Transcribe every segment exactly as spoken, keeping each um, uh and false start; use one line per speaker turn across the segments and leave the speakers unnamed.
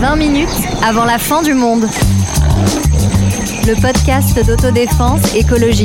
vingt minutes avant la fin du monde. Le podcast d'autodéfense écologique.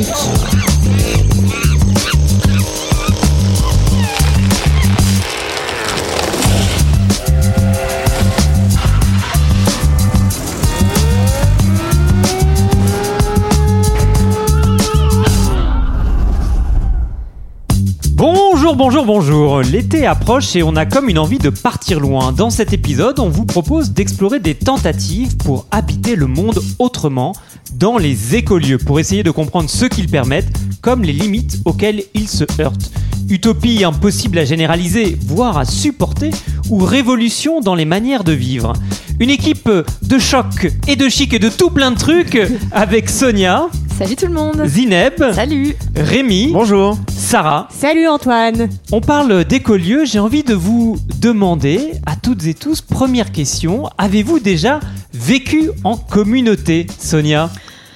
Bonjour, bonjour, bonjour. L'été approche et on a comme une envie de partir loin. Dans cet épisode, on vous propose d'explorer des tentatives pour habiter le monde autrement dans les écolieux, pour essayer de comprendre ce qu'ils permettent, comme les limites auxquelles ils se heurtent. Utopie impossible à généraliser, voire à supporter, ou révolution dans les manières de vivre. Une équipe de choc et de chic et de tout plein de trucs avec Sonia.
Salut tout le monde.
Zineb.
Salut.
Rémi.
Bonjour.
Sarah.
Salut Antoine.
On parle d'écolieux, j'ai envie de vous demander à toutes et tous, première question, avez-vous déjà vécu en communauté, Sonia ?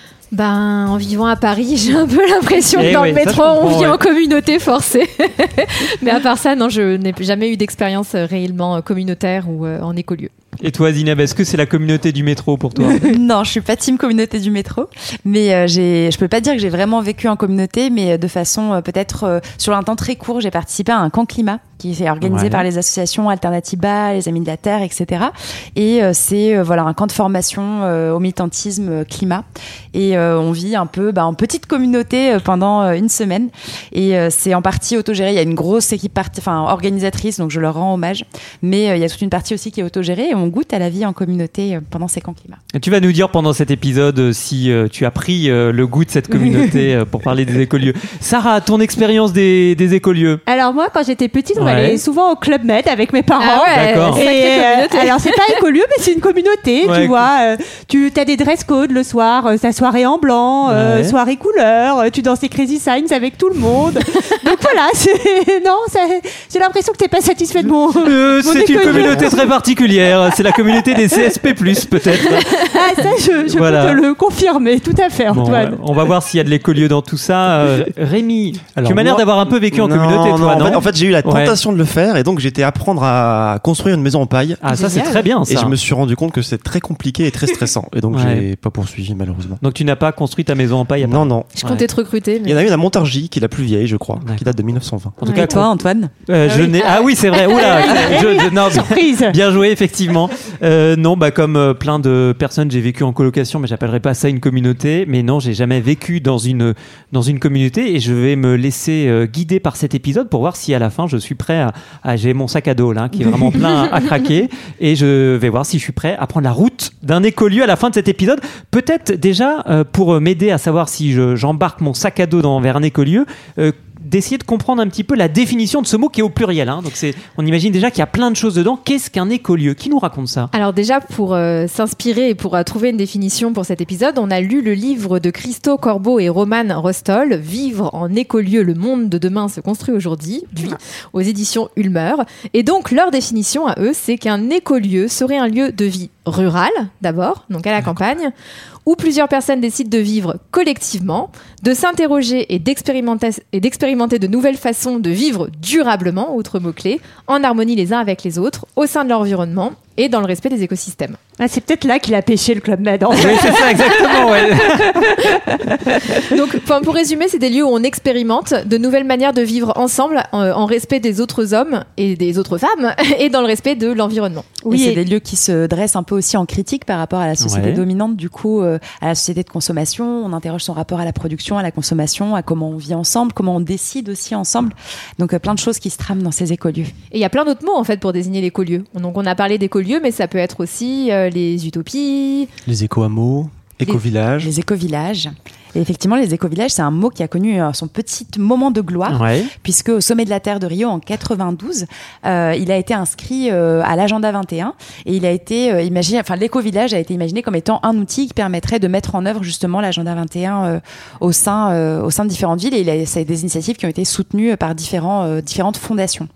Ben, en vivant à Paris, j'ai un peu l'impression
Eh
que dans
oui,
le
ça,
métro,
je comprends,
on vit
ouais.
en communauté forcée. Mais à part ça, non, je n'ai jamais eu d'expérience réellement communautaire ou euh, en écolieu.
Et toi, Zineb, est-ce que c'est la communauté du métro pour toi ?
Non, je suis pas team communauté du métro, mais euh, j'ai, je peux pas dire que j'ai vraiment vécu en communauté, mais de façon euh, peut-être euh, sur un temps très court, j'ai participé à un camp climat qui est organisé
Ouais.
par les associations Alternatiba, les Amis de la Terre, et cetera. Et euh, c'est euh, voilà un camp de formation euh, au militantisme euh, climat. Et euh, on vit un peu bah, en petite communauté euh, pendant euh, une semaine. Et euh, c'est en partie autogéré. Il y a une grosse équipe parti- enfin, organisatrice, donc je leur rends hommage. Mais euh, il y a toute une partie aussi qui est autogérée et on goûte à la vie en communauté euh, pendant ces camps climat.
Tu vas nous dire pendant cet épisode euh, si euh, tu as pris euh, le goût de cette communauté euh, pour parler des écolieux. Sarah, ton expérience des, des écolieux ?
Alors moi, quand j'étais petite, on
Ouais.
allait souvent au Club Med avec mes parents.
Ah ouais,
D'accord.
Et
sacrée
euh,
communauté.
alors c'est pas écolieux, mais c'est une communauté,
Ouais,
tu vois. Euh, tu as des dress codes le soir, euh, ta soirée en blanc, euh,
Ouais.
soirée couleur. euh, tu danses les Crazy Signs avec tout le monde. Donc voilà, c'est... non, ça... j'ai l'impression que t'es pas satisfait de mon.
Euh,
mon
C'est une
écolieux.
communauté très particulière. C'est la communauté des C S P plus, peut-être.
Ah ça, je, je
Voilà.
peux te le confirmer, tout à fait,
Bon,
Antoine.
on va voir s'il y a de l'écolieux dans tout ça. Euh, Rémi,
Alors,
tu m'as l'air
moi-
d'avoir un peu vécu en
Non,
communauté, toi,
non,
non
en, fait, en fait, j'ai eu la
Ouais.
tentation de le faire et donc j'étais apprendre à construire une maison en paille.
Ah, ça, c'est
Génial.
très bien, ça.
Et je me suis rendu compte que c'est très compliqué et très stressant. Et donc,
Ouais.
j'ai pas poursuivi, malheureusement.
Donc, tu n'as pas construit ta maison en paille à Paris.
Non, non.
Je comptais te recruter.
Il
Mais...
y en a une à Montargis, qui est la plus vieille, je crois,
D'accord.
qui date de mille neuf cent vingt.
En tout
Et
cas,
toi, Antoine ?
euh, je n'ai. Ah oui, c'est vrai. Oula. je, je- non,
Surprise.
bien joué, effectivement. Euh, non, bah comme euh, plein de personnes, j'ai vécu en colocation, mais j'appellerais pas ça une communauté. Mais non, j'ai jamais vécu dans une dans une communauté, et je vais me laisser euh, guider par cet épisode pour voir si à la fin je suis prêt à. à j'ai mon sac à dos là, qui est vraiment plein à, à craquer, et je vais voir si je suis prêt à prendre la route d'un écolieu à la fin de cet épisode. Peut-être déjà euh, pour m'aider à savoir si je, j'embarque mon sac à dos dans, vers un écolieu. Euh, d'essayer de comprendre un petit peu la définition de ce mot qui est au pluriel, hein. Donc c'est, on imagine déjà qu'il y a plein de choses dedans. Qu'est-ce qu'un écolieu ? Qui nous raconte ça ?
Alors déjà, pour euh, s'inspirer et pour euh, trouver une définition pour cet épisode, on a lu le livre de Christo Corbeau et Roman Rostol, « Vivre en écolieu, le monde de demain se construit aujourd'hui », lui, aux éditions Ulmer. Et donc, leur définition à eux, c'est qu'un écolieu serait un lieu de vie rural, d'abord, donc à la campagne, où plusieurs personnes décident de vivre collectivement, de s'interroger et d'expérimenter, et d'expérimenter de nouvelles façons de vivre durablement, autre mot-clé, en harmonie les uns avec les autres, au sein de leur environnement et dans le respect des écosystèmes.
Ah, c'est peut-être là qu'il a pêché le Club Med. En fait.
Oui, c'est ça, exactement, ouais.
Donc, enfin, pour résumer, c'est des lieux où on expérimente de nouvelles manières de vivre ensemble, en, en respect des autres hommes et des autres femmes, et dans le respect de l'environnement.
Oui,
Oui,
et c'est
et-
des lieux qui se dressent un peu aussi en critique par rapport à la société
Ouais.
dominante, du coup, euh, à la société de consommation. On interroge son rapport à la production, à la consommation, à comment on vit ensemble, comment on décide aussi ensemble. Donc, euh, plein de choses qui se trament dans ces écolieux.
Et il y a plein d'autres mots, en fait, pour désigner l'écolieu. Donc, on a parlé d'écolieu, mais ça peut être aussi euh, les utopies.
Les éco-hameaux, éco-villages.
Les éco-villages. Et effectivement, les éco-villages, c'est un mot qui a connu euh, son petit moment de gloire,
Ouais.
puisque au sommet de la Terre de Rio en quatre-vingt-douze, euh, il a été inscrit euh, à l'agenda vingt et un et il a été euh, imaginé, enfin l'éco-village a été imaginé comme étant un outil qui permettrait de mettre en œuvre justement l'agenda vingt et un euh, au sein euh, au sein de différentes villes, et il a, c'est des initiatives qui ont été soutenues par différents euh, différentes fondations.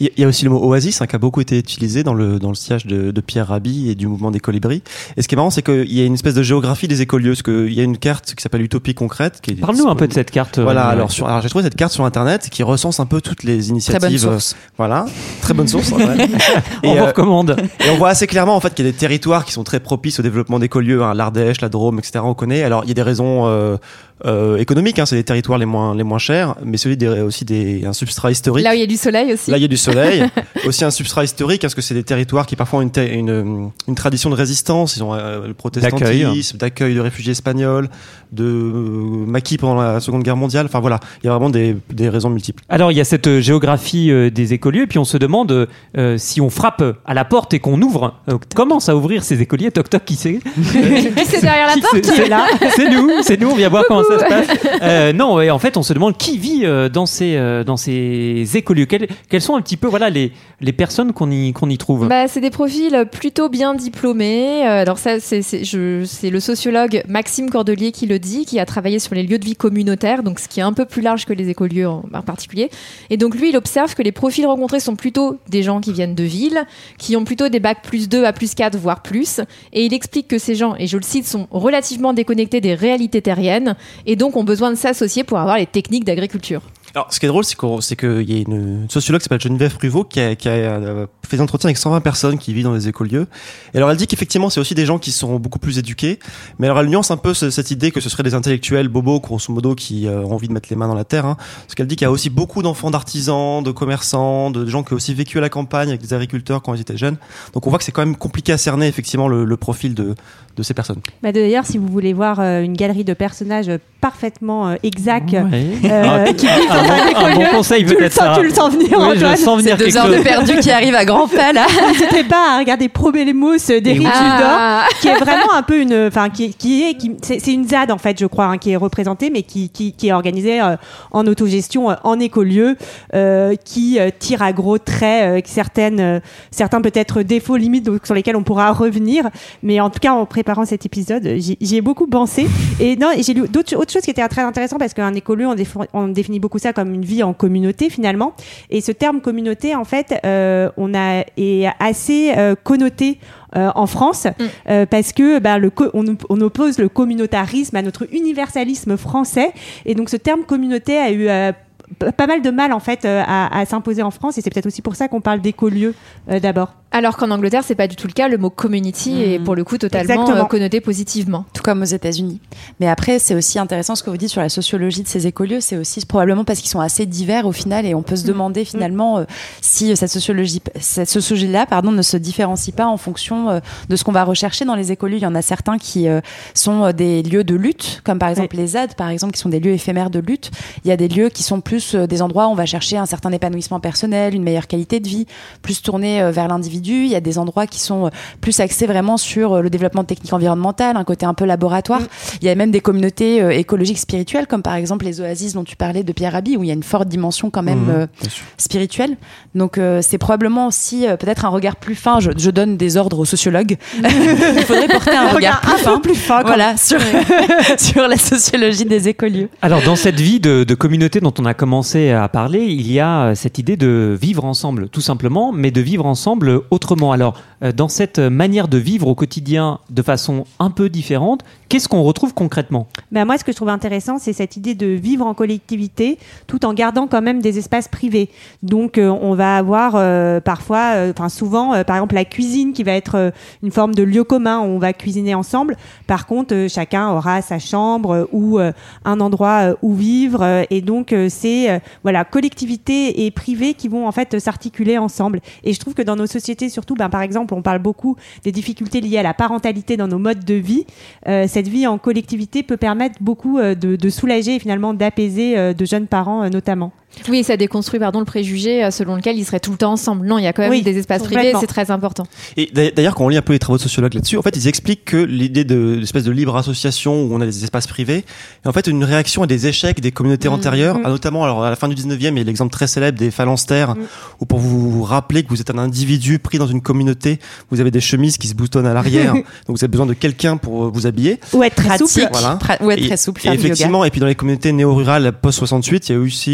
Il y a aussi le mot oasis hein, qui a beaucoup été utilisé dans le, dans le sillage de, de Pierre Rabhi et du mouvement des colibris. Et ce qui est marrant, c'est qu'il y a une espèce de géographie des écolieux, parce qu'il y a une carte qui s'appelle Utopie concrète. Qui est,
Parle-nous un peu de cette carte.
Voilà,
euh,
alors, sur, alors j'ai trouvé cette carte sur Internet qui recense un peu toutes les initiatives.
Très bonne source.
Euh, voilà, très bonne source. Ouais.
On
et,
vous
euh,
recommande.
et on voit assez clairement en fait qu'il y a des territoires qui sont très propices au développement d'écolieux, hein, l'Ardèche, la Drôme, et cetera. On connaît. Alors il y a des raisons euh, euh, économiques, hein, c'est les territoires les moins les moins chers, mais celui des, aussi des un substrat historique.
Là où il y a du soleil aussi.
Là, il y a du soleil. Aussi un substrat historique, parce que c'est des territoires qui parfois ont une, te- une, une tradition de résistance. Ils ont euh, le protestantisme, d'accueil. d'accueil de réfugiés espagnols, de euh, maquis pendant la Seconde Guerre mondiale. Enfin voilà, il y a vraiment des, des raisons multiples.
Alors, il y a cette euh, géographie euh, des écolieux, et puis on se demande euh, si on frappe à la porte et qu'on ouvre, euh, commence à ouvrir ces écoliers. Toc toc, qui c'est
Qui c'est derrière la
Qui
porte
c'est, c'est là, c'est nous, c'est nous. On vient voir comment ça se passe. Euh, non, et en fait, on se demande qui vit euh, dans ces euh, dans ces écolieux. Quels, quels sont un petit peu voilà les les personnes qu'on y qu'on y trouve.
Bah, c'est des profils plutôt bien diplômés. Euh, alors ça, c'est, c'est, je, c'est le sociologue Maxime Cordelier qui le dit, qui a travaillé sur les lieux de vie communautaires, donc ce qui est un peu plus large que les écolieux en, en particulier. Et donc lui, il observe que les profils rencontrés sont plutôt des gens qui viennent de villes, qui ont plutôt des bacs plus deux à plus quatre, voire plus. Et il explique que ces gens, et je le cite, sont relativement déconnectés des réalités terriennes et donc ont besoin de s'associer pour avoir les techniques d'agriculture.
Alors, ce qui est drôle, c'est qu'on, c'est qu'il y a une sociologue qui s'appelle Geneviève Pruvot qui a, qui a euh, fait des entretiens avec cent vingt personnes qui vivent dans les écolieux. Et alors, elle dit qu'effectivement, c'est aussi des gens qui sont beaucoup plus éduqués. Mais alors, elle nuance un peu ce, cette idée que ce seraient des intellectuels bobos, grosso modo, qui euh, ont envie de mettre les mains dans la terre. Hein. Parce qu'elle dit qu'il y a aussi beaucoup d'enfants d'artisans, de commerçants, de gens qui ont aussi vécu à la campagne avec des agriculteurs quand ils étaient jeunes. Donc, on voit que c'est quand même compliqué à cerner, effectivement, le, le profil de, de ces personnes.
Bah d'ailleurs, si vous voulez voir euh, une galerie de personnages parfaitement euh, exacts,
Ouais.
euh,
Ah,
qui vivent dans
un,
un
bon, un bon
écolieu,
conseil
tu le
peut-être.
sens,
Sarah.
tu le sens venir,
Oui, je
Antoine.
le sens venir
Deux
quelque
heures
chose.
de perdu qui arrivent à grands pas là.
N'hésitez pas à regarder Probelemos d'Éric
Ah.
Tudor, qui est vraiment un peu une, enfin qui, qui est, qui, c'est, c'est une Z A D en fait, je crois, hein, qui est représentée, mais qui, qui, qui est organisée euh, en autogestion, euh, en écolieu, euh, qui euh, tire à gros traits euh, certaines, euh, certains peut-être défauts limites donc, sur lesquels on pourra revenir, mais en tout cas en préparant cet épisode, j'y, j'y ai beaucoup pensé. Et non, et j'ai lu d'autres autre chose qui était très intéressant parce qu'un écolieu, on, déf- on définit beaucoup ça comme une vie en communauté finalement. Et ce terme communauté, en fait, euh, on a est assez euh, connoté euh, en France
Mm.
euh, parce que bah, le co- on, on oppose le communautarisme à notre universalisme français. Et donc ce terme communauté a eu euh, p- pas mal de mal en fait euh, à, à s'imposer en France. Et c'est peut-être aussi pour ça qu'on parle d'écolieux euh, d'abord.
Alors qu'en Angleterre, c'est pas du tout le cas. Le mot community
Mmh.
est pour le coup totalement
Exactement.
euh, connoté positivement.
Tout comme aux États-Unis. Mais après, c'est aussi intéressant ce que vous dites sur la sociologie de ces écolieux. C'est aussi probablement parce qu'ils sont assez divers au final, et on peut se demander finalement euh, si cette sociologie, cette sociologie-là, pardon, ne se différencie pas en fonction euh, de ce qu'on va rechercher dans les écolieux. Il y en a certains qui euh, sont euh, des lieux de lutte, comme par exemple les Z A D, par exemple, qui sont des lieux éphémères de lutte. Il y a des lieux qui sont plus euh, des endroits où on va chercher un certain épanouissement personnel, une meilleure qualité de vie, plus tournés euh, vers l'individu. Il y a des endroits qui sont plus axés vraiment sur le développement de techniques environnementales, un côté un peu laboratoire. Mmh. Il y a même des communautés euh, écologiques spirituelles, comme par exemple les oasis dont tu parlais de Pierre Rabhi, où il y a une forte dimension quand même
Mmh,
euh, spirituelle. Donc euh, c'est probablement aussi euh, peut-être un regard plus fin. Je, je donne des ordres aux sociologues. Il faudrait porter un regard plus fin,
plus fin
voilà, sur, sur la sociologie des écolieux.
Alors, dans cette vie de, de communauté dont on a commencé à parler, il y a cette idée de vivre ensemble, tout simplement, mais de vivre ensemble autrement. Alors, euh, dans cette manière de vivre au quotidien de façon un peu différente, qu'est-ce qu'on retrouve concrètement ?
Ben moi, ce que je trouve intéressant, c'est cette idée de vivre en collectivité tout en gardant quand même des espaces privés. Donc, euh, on va avoir euh, parfois, enfin euh, souvent, euh, par exemple, la cuisine qui va être euh, une forme de lieu commun où on va cuisiner ensemble. Par contre, euh, chacun aura sa chambre euh, ou euh, un endroit euh, où vivre. Euh, et donc, euh, c'est euh, voilà, collectivité et privé qui vont en fait s'articuler ensemble. Et je trouve que dans nos sociétés, surtout, ben, par exemple, on parle beaucoup des difficultés liées à la parentalité dans nos modes de vie. Euh, cette vie en collectivité peut permettre beaucoup euh, de, de soulager et finalement d'apaiser euh, de jeunes parents euh, notamment.
Oui, ça déconstruit pardon, le préjugé euh, selon lequel ils seraient tout le temps ensemble. Non, il y a quand même
Oui,
des espaces privés,
complètement.
c'est très important.
Et d'ailleurs, quand on lit un peu les travaux de sociologues là-dessus, en fait, ils expliquent que l'idée de l'espèce de libre association où on a des espaces privés est en fait une réaction à des échecs des communautés
Mmh.
antérieures,
Mmh.
à notamment alors à la fin du dix-neuvième, il y a l'exemple très célèbre des phalanstères,
Mmh.
où pour vous rappeler que vous êtes un individu pris dans une communauté, vous avez des chemises qui se boutonnent à l'arrière, donc vous avez besoin de quelqu'un pour vous habiller.
Ou être très souple.
Voilà.
Pra- ou être
Et-
très souple,
Et
faire du yoga.
effectivement, et puis dans les communautés néo-rurales post soixante-huit, il y a aussi eu des modèles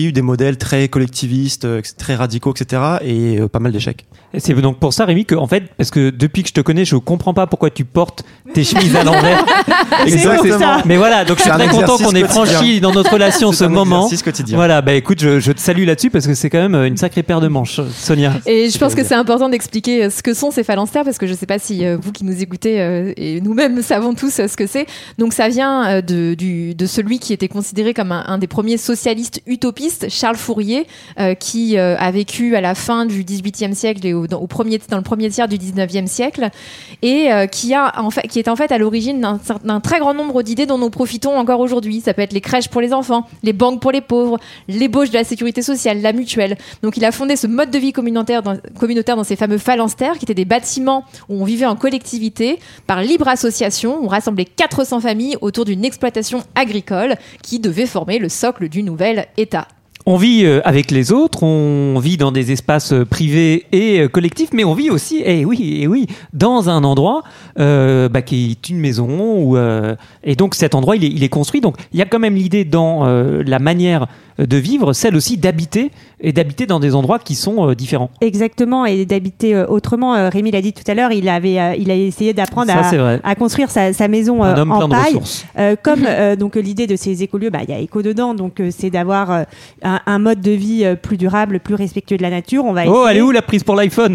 modèles très collectivistes, euh, très radicaux, et cetera. Et euh, pas mal d'échecs.
Et c'est donc pour ça, Rémi, que en fait, parce que depuis que je te connais, je comprends pas pourquoi tu portes tes chemises à l'envers.
Exactement.
Mais voilà, donc je suis
C'est un
très content qu'on ait
exercice
franchi
quotidien.
dans notre relation
C'est
ce
un
moment.
exercice quotidien.
Voilà, bah écoute, je, je te salue là-dessus parce que c'est quand même une sacrée paire de manches, Sonia.
Et je pense que c'est important d'expliquer euh, ce que sont ces phalanstères parce que je ne sais pas si euh, vous qui nous écoutez euh, et nous-mêmes savons tous euh, ce que c'est. Donc ça vient euh, de, du, de celui qui était considéré comme un, un des premiers socialistes utopistes, Charles Fourier, euh, qui euh, a vécu à la fin du dix-huitième siècle et au, dans, au premier, dans le premier tiers du dix-neuvième siècle et euh, qui, a, en fait, qui est en fait à l'origine d'un, d'un très grand nombre d'idées dont nous profitons encore aujourd'hui. Ça peut être les crèches pour les enfants, les banques pour les pauvres, l'ébauche de la sécurité sociale, la mutuelle. Donc il a fondé ce mode de vie communautaire dans, communautaire dans ces fameux phalanstères qui étaient des bâtiments où on vivait en collectivité par libre association. On rassemblait quatre cents familles autour d'une exploitation agricole qui devait former le socle du nouvel État.
On vit euh, avec les autres, on vit dans des espaces euh, privés et euh, collectifs, mais on vit aussi, et eh oui, et eh oui, dans un endroit euh, bah, qui est une maison. Où, euh, et donc cet endroit, il est, il est construit. Donc il y a quand même l'idée dans euh, la manière de vivre, celle aussi d'habiter, et d'habiter dans des endroits qui sont euh, différents.
Exactement, et d'habiter euh, autrement. Euh, Rémi l'a dit tout à l'heure, il, avait, euh, il a essayé d'apprendre
Ça,
à, à construire sa, sa maison euh,
Un homme
en
plein de
paille.
ressources.
Euh, comme euh, donc l'idée de ces écolieux, bah, il y a éco dedans, donc euh, c'est d'avoir euh, un, un mode de vie euh, plus durable, plus respectueux de la nature. On va
Oh,
essayer...
elle est où la prise pour l'iPhone?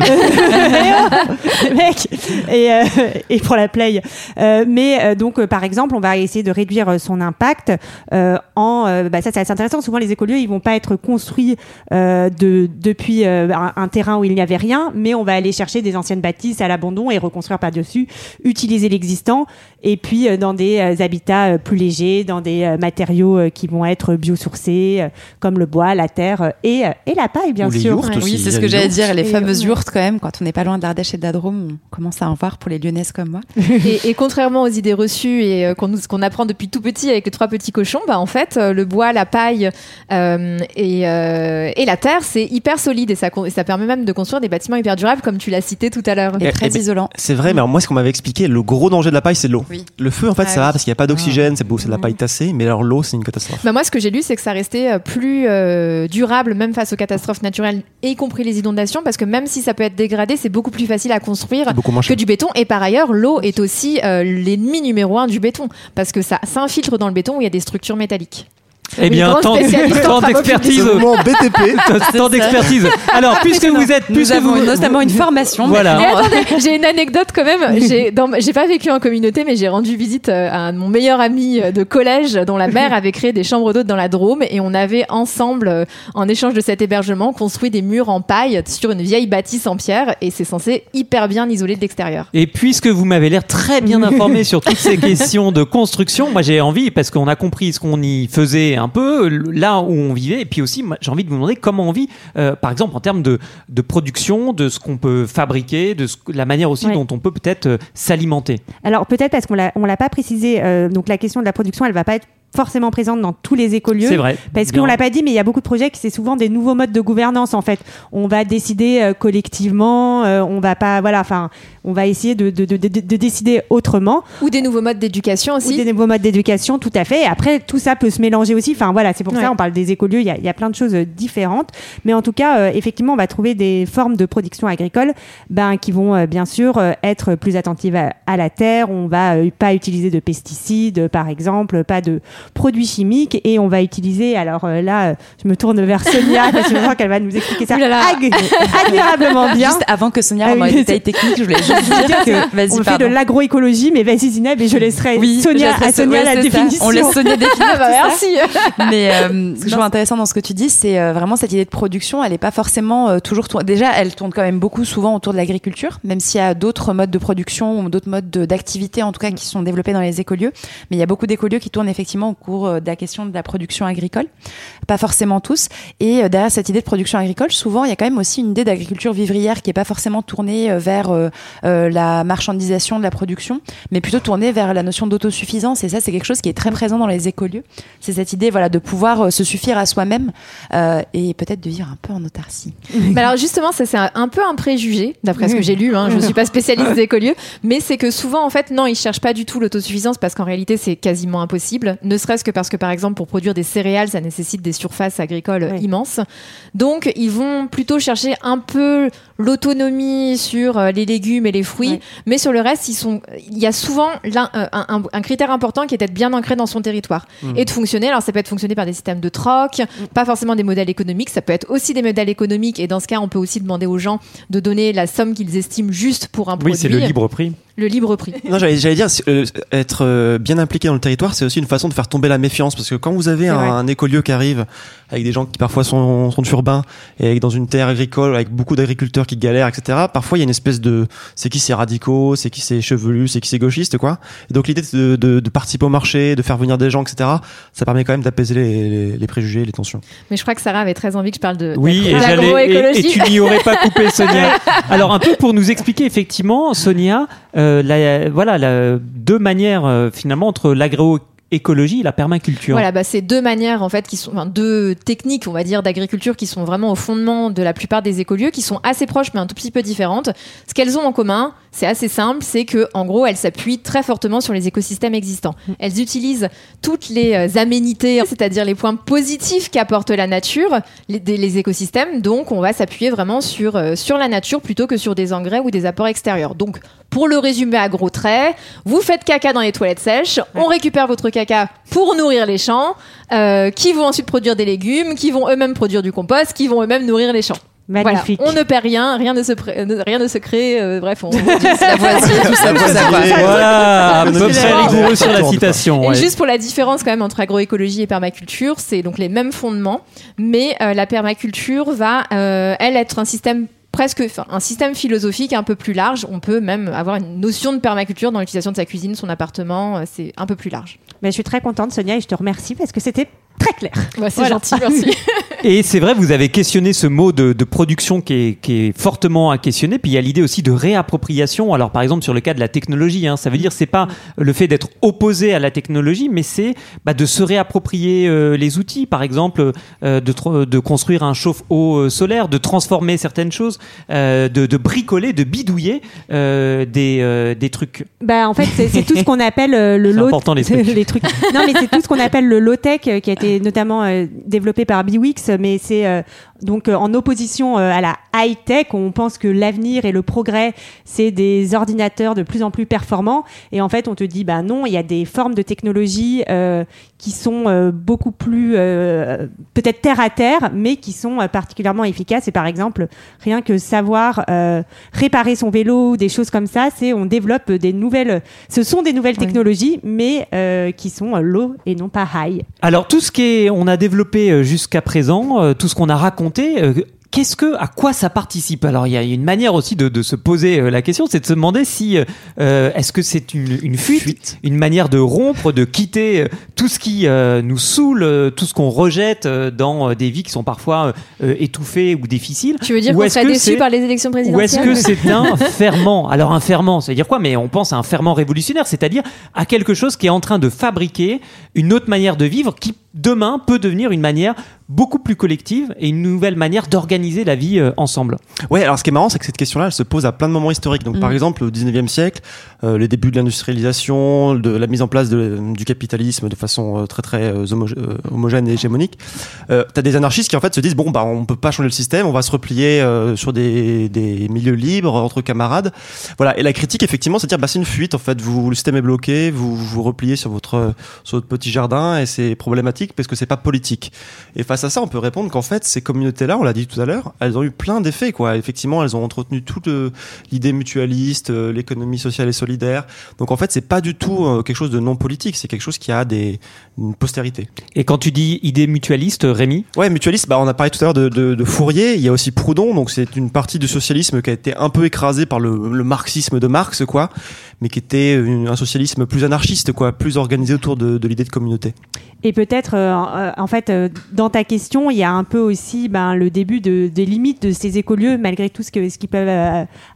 Mec, et, euh, et pour la Play. Euh, mais euh, donc, euh, par exemple, on va essayer de réduire euh, son impact euh, en... Euh, bah, ça, c'est assez intéressant. Souvent, les écolieux, ils vont pas être construits euh, de, depuis euh, un, un terrain où il n'y avait rien, mais on va aller chercher des anciennes bâtisses à l'abandon et reconstruire par-dessus, utiliser l'existant, et puis euh, dans des euh, habitats euh, plus légers, dans des euh, matériaux euh, qui vont être biosourcés, euh, comme le bois, la terre euh, et, euh, et la paille, bien
Ou les
sûr.
yourtes aussi.
Oui,
il
c'est
y
ce
a
que
les
j'allais
yourtes.
dire. Les
Et,
fameuses
ouais.
yourtes, quand même, quand on n'est pas loin d'Ardèche et de la Drôme, on commence à en voir pour les Lyonnaises comme moi.
Et, et contrairement aux idées reçues et euh, qu'on, nous, qu'on apprend depuis tout petit avec les trois petits cochons, bah en fait, euh, le bois, la paille euh, et, euh, et la terre, c'est hyper solide et ça, et ça permet même de construire des bâtiments hyper durables, comme tu l'as cité tout à l'heure.
Et
Eh,
très
eh ben,
isolant.
C'est vrai, mais alors moi, ce qu'on m'avait expliqué, le gros danger de la paille, c'est l'eau.
Oui.
Le feu, en fait,
Ah
ça
oui.
va parce qu'il n'y a pas d'oxygène, c'est beau, c'est de la paille tassée, mais alors l'eau, c'est une catastrophe.
Bah moi, ce que j'ai lu, c'est que ça restait euh, plus euh, durable, même face aux catastrophes naturelles, y compris les inondations, parce que même si ça peut être dégradé, c'est beaucoup plus facile à construire
C'est beaucoup moins
que
cher.
du béton. Et par ailleurs, l'eau est aussi euh, l'ennemi numéro un du béton, parce que ça s'infiltre dans le béton où il y a des structures métalliques.
Eh bien,
grande
tant,
spécialiste en
tant
travaux
d'expertise.
C'est le moment B T P.
Tant d'expertise. Alors, puisque vous êtes,
Nous
puisque
avons
vous,
notamment une formation.
Voilà.
Et attendez, j'ai une anecdote quand même. J'ai, dans, j'ai pas vécu en communauté, mais j'ai rendu visite euh, à mon meilleur ami de collège, dont la mère avait créé des chambres d'hôtes dans la Drôme, et on avait ensemble, euh, en échange de cet hébergement, construit des murs en paille sur une vieille bâtisse en pierre, et c'est censé hyper bien isoler de l'extérieur.
Et puisque vous m'avez l'air très bien informé sur toutes ces questions de construction, moi j'ai envie, parce qu'on a compris ce qu'on y faisait un peu, là où on vivait, et puis aussi moi, j'ai envie de vous demander comment on vit, euh, par exemple en termes de, de production, de ce qu'on peut fabriquer, de ce, la manière aussi
Ouais.
dont on peut peut-être euh, s'alimenter.
Alors peut-être parce qu'on l'a, on l'a pas précisé, euh, donc la question de la production, elle va pas être forcément présente dans tous les écolieux.
C'est vrai.
Parce
Bien.
qu'on l'a pas dit, mais il y a beaucoup de projets qui c'est souvent des nouveaux modes de gouvernance en fait. On va décider euh, collectivement, euh, on va pas, voilà, enfin, on va essayer de, de, de, de, de décider autrement.
Ou des nouveaux modes d'éducation aussi.
Ou des nouveaux modes d'éducation, tout à fait. Et après, tout ça peut se mélanger aussi. Enfin voilà, c'est pour
Ouais.
ça on parle des écolieux. Il y a, il y a plein de choses euh, différentes, mais en tout cas, euh, effectivement, on va trouver des formes de production agricole, ben qui vont euh, bien sûr euh, être plus attentives à, à la terre. On va euh, pas utiliser de pesticides, par exemple, pas de produits chimiques, et on va utiliser. Alors euh, là, euh, je me tourne vers Sonia parce que je sens qu'elle va nous expliquer ça
Ouh là là.
ag- admirablement bien.
Juste avant que Sonia
Ah
rentre dans
oui,
les détails techniques, je voulais juste dire que. Vas-y,
On fait
pardon.
de l'agroécologie, mais vas-y Zineb, et je laisserai
Oui,
Sonia,
je laisse-
à Sonia
ouais,
la
c'est ça.
définition.
On laisse Sonia définir.
Ah bah
tout ça.
merci.
Mais euh, ce que je trouve intéressant dans ce que tu dis, c'est euh, vraiment cette idée de production. Elle n'est pas forcément euh, toujours tour- déjà, elle tourne quand même beaucoup souvent autour de l'agriculture, même s'il y a d'autres modes de production ou d'autres modes de- d'activité en tout cas qui sont développés dans les écolieux. Mais il y a beaucoup d'écolieux qui tournent effectivement au cours euh, de la question de la production agricole, pas forcément tous. Et euh, derrière cette idée de production agricole, souvent il y a quand même aussi une idée d'agriculture vivrière qui est pas forcément tournée euh, vers euh, euh, la marchandisation de la production, mais plutôt tournée vers la notion d'autosuffisance. Et ça, c'est quelque chose qui est très présent dans les écolieux. C'est cette idée, voilà, de pouvoir euh, se suffire à soi-même euh, et peut-être de vivre un peu en autarcie.
Mais alors justement, ça c'est un, un peu un préjugé, d'après ce que j'ai lu. Hein, je suis pas spécialiste des écolieux, mais c'est que souvent en fait, non, ils cherchent pas du tout l'autosuffisance parce qu'en réalité c'est quasiment impossible. Ne, serait-ce que parce que, par exemple, pour produire des céréales, ça nécessite des surfaces agricoles
oui.
immenses. Donc, ils vont plutôt chercher un peu l'autonomie sur euh, les légumes et les fruits, oui. mais sur le reste, ils sont... il y a souvent un, un, un, un critère important qui est d'être bien ancré dans son territoire mmh. et de fonctionner. Alors, ça peut être fonctionné par des systèmes de troc, mmh. pas forcément des modèles économiques, ça peut être aussi des modèles économiques, et dans ce cas, on peut aussi demander aux gens de donner la somme qu'ils estiment juste pour un
oui,
produit.
Oui, c'est le libre prix.
Le libre prix.
Non, j'allais, j'allais dire, euh, être euh, bien impliqué dans le territoire, c'est aussi une façon de faire tomber la méfiance, parce que quand vous avez un, un écolieu qui arrive avec des gens qui parfois sont, sont urbains et avec, dans une terre agricole avec beaucoup d'agriculteurs qui galèrent, et cetera. Parfois, il y a une espèce de, c'est qui c'est radicaux, c'est qui c'est chevelu, c'est qui c'est gauchiste, quoi. Et donc l'idée de, de, de participer au marché, de faire venir des gens, et cetera. Ça permet quand même d'apaiser les, les, les préjugés, les tensions.
Mais je crois que Sarah avait très envie que je parle de
oui, et, j'allais, et, et tu n'y aurais pas coupé, Sonia. Alors un peu pour nous expliquer effectivement, Sonia. Euh, la, voilà, la, deux manières euh, finalement entre l'agroécologie et la permaculture.
Voilà, bah, c'est deux manières en fait qui sont, enfin, deux techniques, on va dire, d'agriculture qui sont vraiment au fondement de la plupart des écolieux, qui sont assez proches mais un tout petit peu différentes. Ce qu'elles ont en commun, c'est assez simple, c'est que en gros, elles s'appuient très fortement sur les écosystèmes existants. Elles utilisent toutes les euh, aménités, c'est-à-dire les points positifs qu'apporte la nature, les, des, les écosystèmes. Donc, on va s'appuyer vraiment sur euh, sur la nature plutôt que sur des engrais ou des apports extérieurs. Donc, pour le résumer à gros traits, vous faites caca dans les toilettes sèches, on récupère votre caca pour nourrir les champs, euh, qui vont ensuite produire des légumes, qui vont eux-mêmes produire du compost, qui vont eux-mêmes nourrir les champs.
Magnifique.
Voilà, on ne perd rien, rien ne se, pré... rien ne se crée. Euh, bref, on dit la voici, tout ça, tout ça.
Voilà, à peu près rigoureux sur la citation.
Et
ouais.
juste pour la différence quand même entre agroécologie et permaculture, c'est donc les mêmes fondements, mais euh, la permaculture va, euh, elle, être un système presque, enfin, un système philosophique un peu plus large. On peut même avoir une notion de permaculture dans l'utilisation de sa cuisine, son appartement. Euh, c'est un peu plus large.
Mais je suis très contente, Sonia, et je te remercie parce que c'était très clair.
Ouais, c'est voilà. gentil, merci.
Et c'est vrai, vous avez questionné ce mot de, de production qui est, qui est fortement à questionner. Puis il y a l'idée aussi de réappropriation. Alors par exemple sur le cas de la technologie, hein, ça veut dire c'est pas le fait d'être opposé à la technologie, mais c'est bah, de se réapproprier euh, les outils. Par exemple, euh, de, tr- de construire un chauffe-eau solaire, de transformer certaines choses, euh, de, de bricoler, de bidouiller euh, des, euh, des trucs.
Bah en fait c'est, c'est tout ce qu'on appelle euh, le low.
C'est important les trucs.
les trucs. Non mais c'est tout ce qu'on appelle le low tech euh, qui a été notamment euh, développé par Biwix. Mais c'est euh, donc euh, en opposition euh, à la high-tech. On pense que l'avenir et le progrès, c'est des ordinateurs de plus en plus performants. Et en fait, on te dit, bah non, il y a des formes de technologie euh, qui sont euh, beaucoup plus, euh, peut-être terre à terre, mais qui sont euh, particulièrement efficaces. Et par exemple, rien que savoir euh, réparer son vélo ou des choses comme ça, c'est on développe des nouvelles. Ce sont des nouvelles technologies, oui. mais euh, qui sont euh, low et non pas high.
Alors tout ce qui est, on a développé jusqu'à présent, euh, tout ce qu'on a raconté, euh, qu'est-ce que, à quoi ça participe ? Alors il y a une manière aussi de, de se poser euh, la question, c'est de se demander si euh, est-ce que c'est une, une fuite, fuite, une manière de rompre, de quitter euh, tout ce qui euh, nous saoule, euh, tout ce qu'on rejette euh, dans euh, des vies qui sont parfois euh, étouffées ou difficiles.
Tu veux dire ou qu'on serait déçu par les élections présidentielles ?
Ou est-ce que c'est un ferment ? Alors un ferment, ça veut dire quoi ? Mais on pense à un ferment révolutionnaire, c'est-à-dire à quelque chose qui est en train de fabriquer une autre manière de vivre qui demain peut devenir une manière beaucoup plus collective et une nouvelle manière d'organiser la vie euh, ensemble.
Ouais, alors ce qui est marrant, c'est que cette question-là, elle se pose à plein de moments historiques. Donc, mmh. par exemple, au dixneuvième siècle, euh, les débuts de l'industrialisation, de la mise en place de, du capitalisme de façon euh, très très euh, homo- euh, homogène et hégémonique. Euh, t'as des anarchistes qui en fait se disent bon bah on peut pas changer le système, on va se replier euh, sur des, des milieux libres entre camarades. Voilà. Et la critique, effectivement, c'est de dire bah c'est une fuite en fait. Vous le système est bloqué, vous vous repliez sur votre sur votre petit jardin et c'est problématique parce que c'est pas politique. Et face à ça, on peut répondre qu'en fait, ces communautés-là, on l'a dit tout à l'heure, elles ont eu plein d'effets, quoi. Effectivement, elles ont entretenu toute euh, l'idée mutualiste, euh, l'économie sociale et solidaire. Donc, en fait, c'est pas du tout euh, quelque chose de non politique. C'est quelque chose qui a des, une postérité.
Et quand tu dis idée mutualiste, Rémi ?
Ouais, mutualiste, bah, on a parlé tout à l'heure de, de, de Fourier. Il y a aussi Proudhon. Donc, c'est une partie du socialisme qui a été un peu écrasée par le, le marxisme de Marx, quoi. Mais qui était une, un socialisme plus anarchiste, quoi. Plus organisé autour de, de l'idée de communauté.
Et peut-être, euh, en fait, euh, dans ta question, il y a un peu aussi ben, le début de, des limites de ces écolieux, malgré tout ce, que, ce qu'ils peuvent euh,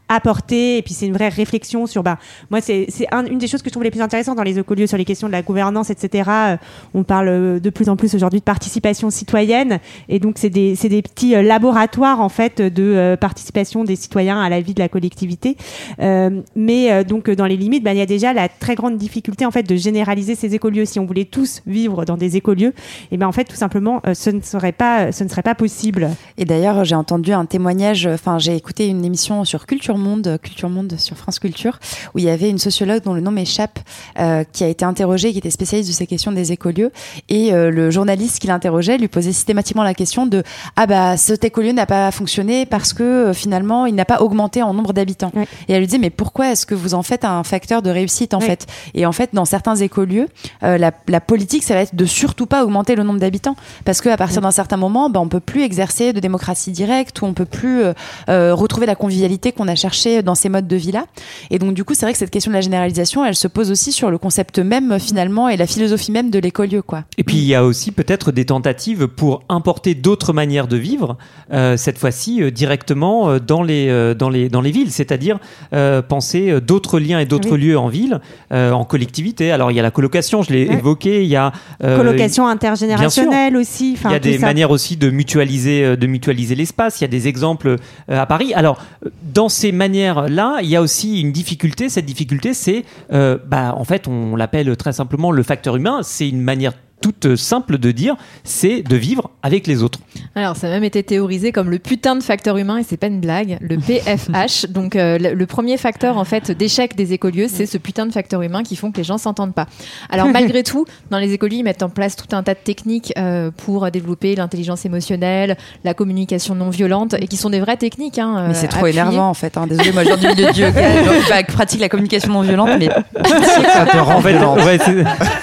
apporter, et puis c'est une vraie réflexion sur, bah, moi c'est, c'est un, une des choses que je trouve les plus intéressantes dans les écolieux sur les questions de la gouvernance, et cetera. Euh, on parle de plus en plus aujourd'hui de participation citoyenne, et donc c'est des, c'est des petits euh, laboratoires en fait de euh, participation des citoyens à la vie de la collectivité. Euh, mais euh, donc dans les limites, bah, il y a déjà la très grande difficulté en fait de généraliser ces écolieux. Si on voulait tous vivre dans des écolieux, et ben en fait tout simplement euh, ce ne serait pas, ce ne serait pas possible.
Et d'ailleurs j'ai entendu un témoignage, enfin j'ai écouté une émission sur Culture Monde, Culture Monde sur France Culture, où il y avait une sociologue dont le nom m'échappe, euh, qui a été interrogée, qui était spécialiste de ces questions des écolieux, et euh, le journaliste qui l'interrogeait lui posait systématiquement la question de ah bah cet écolieu n'a pas fonctionné parce que euh, finalement il n'a pas augmenté en nombre d'habitants. Oui. Et elle lui disait mais pourquoi est-ce que vous en faites un facteur de réussite en oui. fait? Et en fait dans certains écolieux, euh, la, la politique ça va être de surtout pas augmenter le nombre d'habitants, parce que à partir oui. d'un certain moment, bah, on peut plus exercer de démocratie directe, ou on peut plus euh, euh, retrouver la convivialité qu'on a cherché dans ces modes de vie-là. Et donc, du coup, c'est vrai que cette question de la généralisation, elle se pose aussi sur le concept même, finalement, et la philosophie même de l'écolieu, quoi.
Et puis, il y a aussi peut-être des tentatives pour importer d'autres manières de vivre, euh, cette fois-ci, euh, directement euh, dans les, euh, dans les, dans les villes. C'est-à-dire euh, penser euh, d'autres liens et d'autres oui. lieux en ville, euh, en collectivité. Alors, il y a la colocation, je l'ai ouais. évoqué. Il y a...
Euh, colocation intergénérationnelle aussi.
Il y a des
ça.
manières aussi de mutualiser, de mutualiser l'espace. Il y a des exemples euh, à Paris. Alors, dans ces manières-là, il y a aussi une difficulté. Cette difficulté, c'est, euh, bah, en fait, on l'appelle très simplement le facteur humain. C'est une manière toute simple de dire, c'est de vivre avec les autres.
Alors, ça a même été théorisé comme le putain de facteur humain, et c'est pas une blague, le P F H. Donc, euh, le, le premier facteur, en fait, d'échec des écolieux, c'est ce putain de facteur humain qui font que les gens s'entendent pas. Alors, malgré tout, dans les écolieux, ils mettent en place tout un tas de techniques euh, pour développer l'intelligence émotionnelle, la communication non violente, et qui sont des vraies techniques. Hein,
mais c'est
euh,
trop
appuyées.
énervant, en fait. Hein. Désolée, moi, je viens du milieu de yoga, je pratique la communication non violente, mais
ça te rend en fait, ouais, c'est...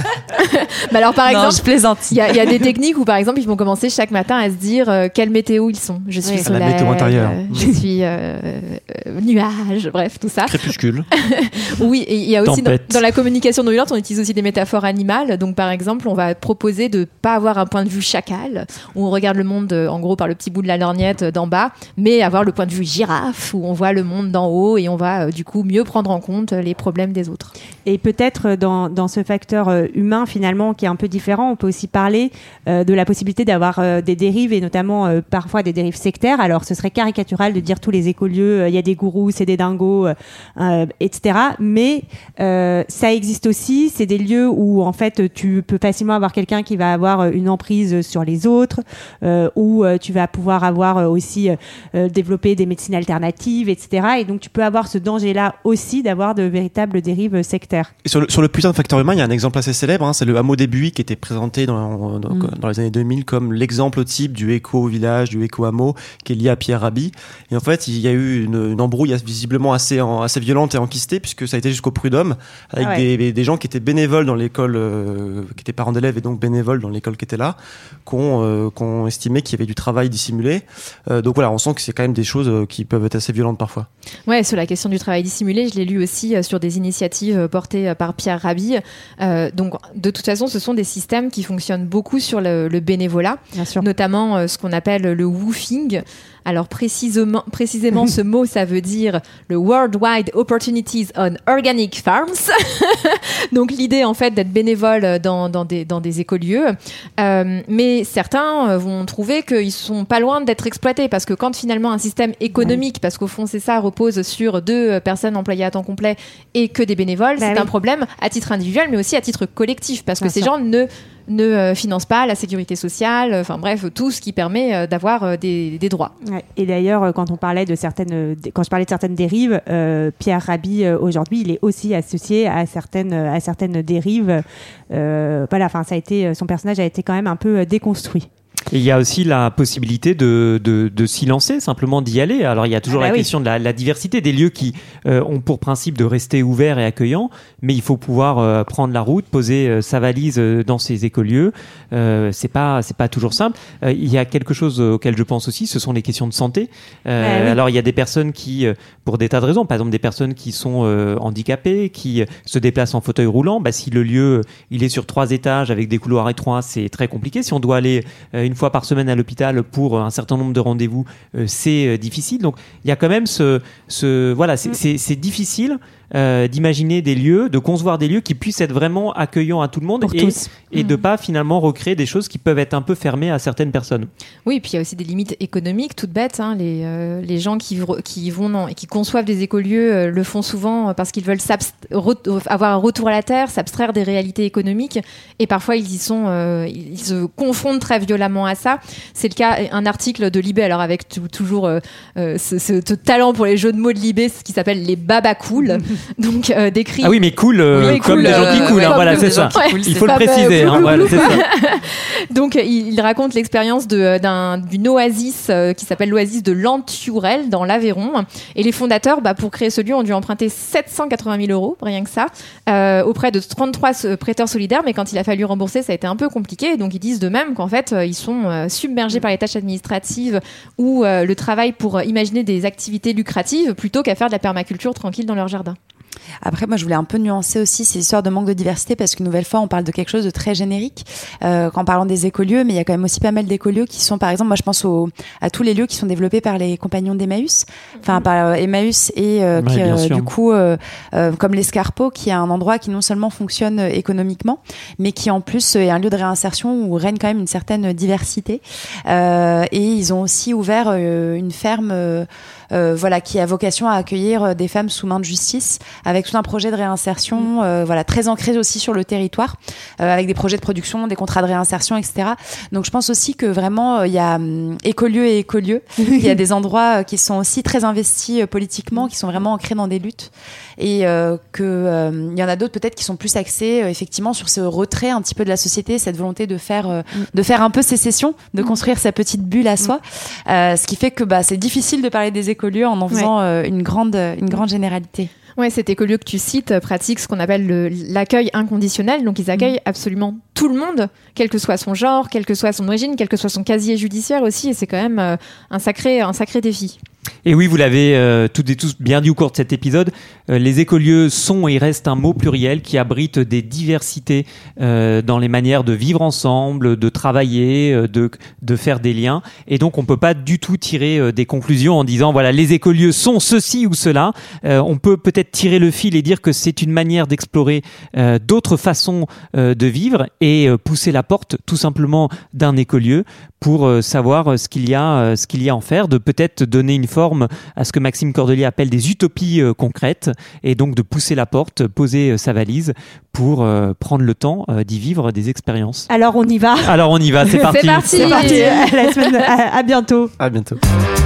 Mais alors, par exemple,
non, je plaisante.
Il y, y a des techniques où, par exemple, ils vont commencer chaque matin à se dire euh, quelle météo ils sont. Je suis oui. soleil,
la météo intérieure.
Euh, je suis euh, euh, nuage, bref, tout ça.
Crépuscule.
Oui, et il y a aussi dans,
Tempête.
dans la communication non violente, on utilise aussi des métaphores animales. Donc, par exemple, on va proposer de pas avoir un point de vue chacal, où on regarde le monde en gros par le petit bout de la lorgnette d'en bas, mais avoir le point de vue girafe, où on voit le monde d'en haut et on va euh, du coup mieux prendre en compte les problèmes des autres.
Et peut-être dans, dans ce facteur euh, humain finalement qui est un peu différent, on peut aussi parler euh, de la possibilité d'avoir euh, des dérives, et notamment euh, parfois des dérives sectaires. Alors ce serait caricatural de dire tous les écolieux, il euh, y a des gourous, c'est des dingos, euh, et cetera. Mais euh, ça existe aussi, c'est des lieux où en fait tu peux facilement avoir quelqu'un qui va avoir une emprise sur les autres, euh, où euh, tu vas pouvoir avoir euh, aussi euh, développer des médecines alternatives, et cetera. Et donc tu peux avoir ce danger-là aussi d'avoir de véritables dérives sectaires.
Et sur le, sur le putain de facteur humain, il y a un exemple assez célèbre, hein, c'est le hameau des Buis qui était présenté dans, dans, mm. dans les années deux mille comme l'exemple type du éco-village, du éco-hameau qui est lié à Pierre Rabhi. Et en fait, il y a eu une, une embrouille visiblement assez, en, assez violente et enquistée, puisque ça a été jusqu'au prud'homme, avec ah ouais. des, des gens qui étaient bénévoles dans l'école, euh, qui étaient parents d'élèves et donc bénévoles dans l'école qui était là, qui ont, euh, qui ont estimé qu'il y avait du travail dissimulé. Euh, donc voilà, on sent que c'est quand même des choses qui peuvent être assez violentes parfois.
Ouais, sur la question du travail dissimulé, je l'ai lu aussi euh, sur des initiatives portées par Pierre Rabhi. Euh, donc, de toute façon, ce sont des systèmes qui fonctionnent beaucoup sur le, le bénévolat, notamment euh, ce qu'on appelle le woofing. Alors précisément, précisément ce mot, ça veut dire le Worldwide Opportunities on Organic Farms. Donc l'idée en fait d'être bénévole dans, dans, des, dans des écolieux. Euh, mais certains vont trouver qu'ils sont pas loin d'être exploités, parce que quand finalement un système économique, parce qu'au fond c'est ça, repose sur deux personnes employées à temps complet et que des bénévoles, bah c'est oui. un problème à titre individuel mais aussi à titre collectif, parce que Bien ces sûr. gens ne ne euh, finance pas la sécurité sociale, enfin bref, tout ce qui permet euh, d'avoir euh, des, des droits.
Ouais. Et d'ailleurs, quand on parlait de certaines, quand je parlais de certaines dérives, euh, Pierre Rabhi euh, aujourd'hui, il est aussi associé à certaines, à certaines dérives. Euh, voilà, enfin, ça a été, son personnage a été quand même un peu déconstruit.
Et il y a aussi la possibilité de, de, de s'y lancer, simplement d'y aller. Alors il y a toujours ah bah la oui. question de la, la diversité des lieux qui euh, ont pour principe de rester ouverts et accueillants, mais il faut pouvoir euh, prendre la route, poser euh, sa valise euh, dans ces écolieux. Euh, c'est pas c'est pas toujours simple. Euh, il y a quelque chose auquel je pense aussi, ce sont les questions de santé. Euh, ah oui. Alors il y a des personnes qui, pour des tas de raisons, par exemple des personnes qui sont euh, handicapées, qui se déplacent en fauteuil roulant. Bah si le lieu il est sur trois étages avec des couloirs étroits, c'est très compliqué. Si on doit aller euh, une une fois par semaine à l'hôpital pour un certain nombre de rendez-vous, euh, c'est euh, difficile. Donc il y a quand même ce, ce voilà, c'est, c'est, c'est difficile euh, d'imaginer des lieux, de concevoir des lieux qui puissent être vraiment accueillants à tout le monde
Pour
et,
tous.
et de pas finalement recréer des choses qui peuvent être un peu fermées à certaines personnes.
Oui, et puis il y a aussi des limites économiques toutes bêtes. Hein. Les, euh, les gens qui, qui vont non, et qui conçoivent des écolieux euh, le font souvent parce qu'ils veulent re- avoir un retour à la terre, s'abstraire des réalités économiques. Et parfois, ils y sont, euh, ils se confrontent très violemment à ça. C'est le cas, un article de Libé, alors avec t- toujours euh, euh, ce, ce, ce talent pour les jeux de mots de Libé, ce qui s'appelle les baba cool. Donc, euh, décrit.
Ah oui, mais cool, euh,
oui,
comme
cool,
des gens qui
euh,
coulent,
ouais,
hein,
comme
voilà,
des
c'est
gens
ça.
qui coulent,
Il
c'est
faut le
pas
préciser,
blou,
hein,
blou,
voilà,
blou.
c'est ça.
Donc, il, il raconte l'expérience de, d'un, d'une oasis euh, qui s'appelle l'oasis de Lanturel dans l'Aveyron. Et les fondateurs, bah, pour créer ce lieu, ont dû emprunter sept cent quatre-vingt mille euros, rien que ça, euh, auprès de trente-trois prêteurs solidaires. Mais quand il a fallu rembourser, ça a été un peu compliqué. Donc, ils disent de même qu'en fait, euh, ils sont euh, submergés par les tâches administratives ou euh, le travail pour euh, imaginer des activités lucratives plutôt qu'à faire de la permaculture tranquille dans leur jardin.
Après, moi, je voulais un peu nuancer aussi ces histoires de manque de diversité parce qu'une nouvelle fois, on parle de quelque chose de très générique euh, en parlant des écolieux, mais il y a quand même aussi pas mal d'écolieux qui sont, par exemple, moi, je pense au, à tous les lieux qui sont développés par les compagnons d'Emmaüs, enfin par euh, Emmaüs et euh,
Ouais,
qui,
bien
euh,
sûr.
du coup, euh, euh, comme l'Escarpeau, qui est un endroit qui non seulement fonctionne euh, économiquement, mais qui en plus euh, est un lieu de réinsertion où règne quand même une certaine diversité. Euh, et ils ont aussi ouvert euh, une ferme. Euh, Euh, voilà, qui a vocation à accueillir des femmes sous main de justice, avec tout un projet de réinsertion, euh, voilà, très ancré aussi sur le territoire, euh, avec des projets de production, des contrats de réinsertion, et cetera. Donc, je pense aussi que vraiment, il euh, y a hum, écolieux et écolieux. Il y a des endroits euh, qui sont aussi très investis euh, politiquement, qui sont vraiment ancrés dans des luttes, et euh, que euh, il y en a d'autres peut-être qui sont plus axés euh, effectivement sur ce retrait un petit peu de la société, cette volonté de faire, euh, de faire un peu sécession, de construire sa petite bulle à soi, euh, ce qui fait que bah, c'est difficile de parler des écolieux en en faisant ouais. euh, une grande, une grande généralité.
Ouais, cet écolieu que tu cites pratique ce qu'on appelle le, l'accueil inconditionnel. Donc, ils accueillent mmh. absolument tout le monde, quel que soit son genre, quelle que soit son origine, quel que soit son casier judiciaire aussi. Et c'est quand même euh, un sacré, un sacré défi.
Et oui, vous l'avez euh, toutes et tous bien dit au cours de cet épisode, euh, les écolieux sont et restent un mot pluriel qui abrite des diversités euh, dans les manières de vivre ensemble, de travailler, euh, de, de faire des liens. Et donc, on ne peut pas du tout tirer euh, des conclusions en disant, voilà, les écolieux sont ceci ou cela. Euh, on peut peut-être tirer le fil et dire que c'est une manière d'explorer euh, d'autres façons euh, de vivre et euh, pousser la porte tout simplement d'un écolieu pour euh, savoir ce qu'il y a, euh, ce qu'il y a à en faire, de peut-être donner une forme à ce que Maxime Cordelier appelle des utopies euh, concrètes et donc de pousser la porte, poser euh, sa valise pour euh, prendre le temps euh, d'y vivre des expériences.
Alors on y va.
Alors on y va, c'est parti.
C'est parti.
C'est parti. À la semaine, à, à bientôt.
À bientôt.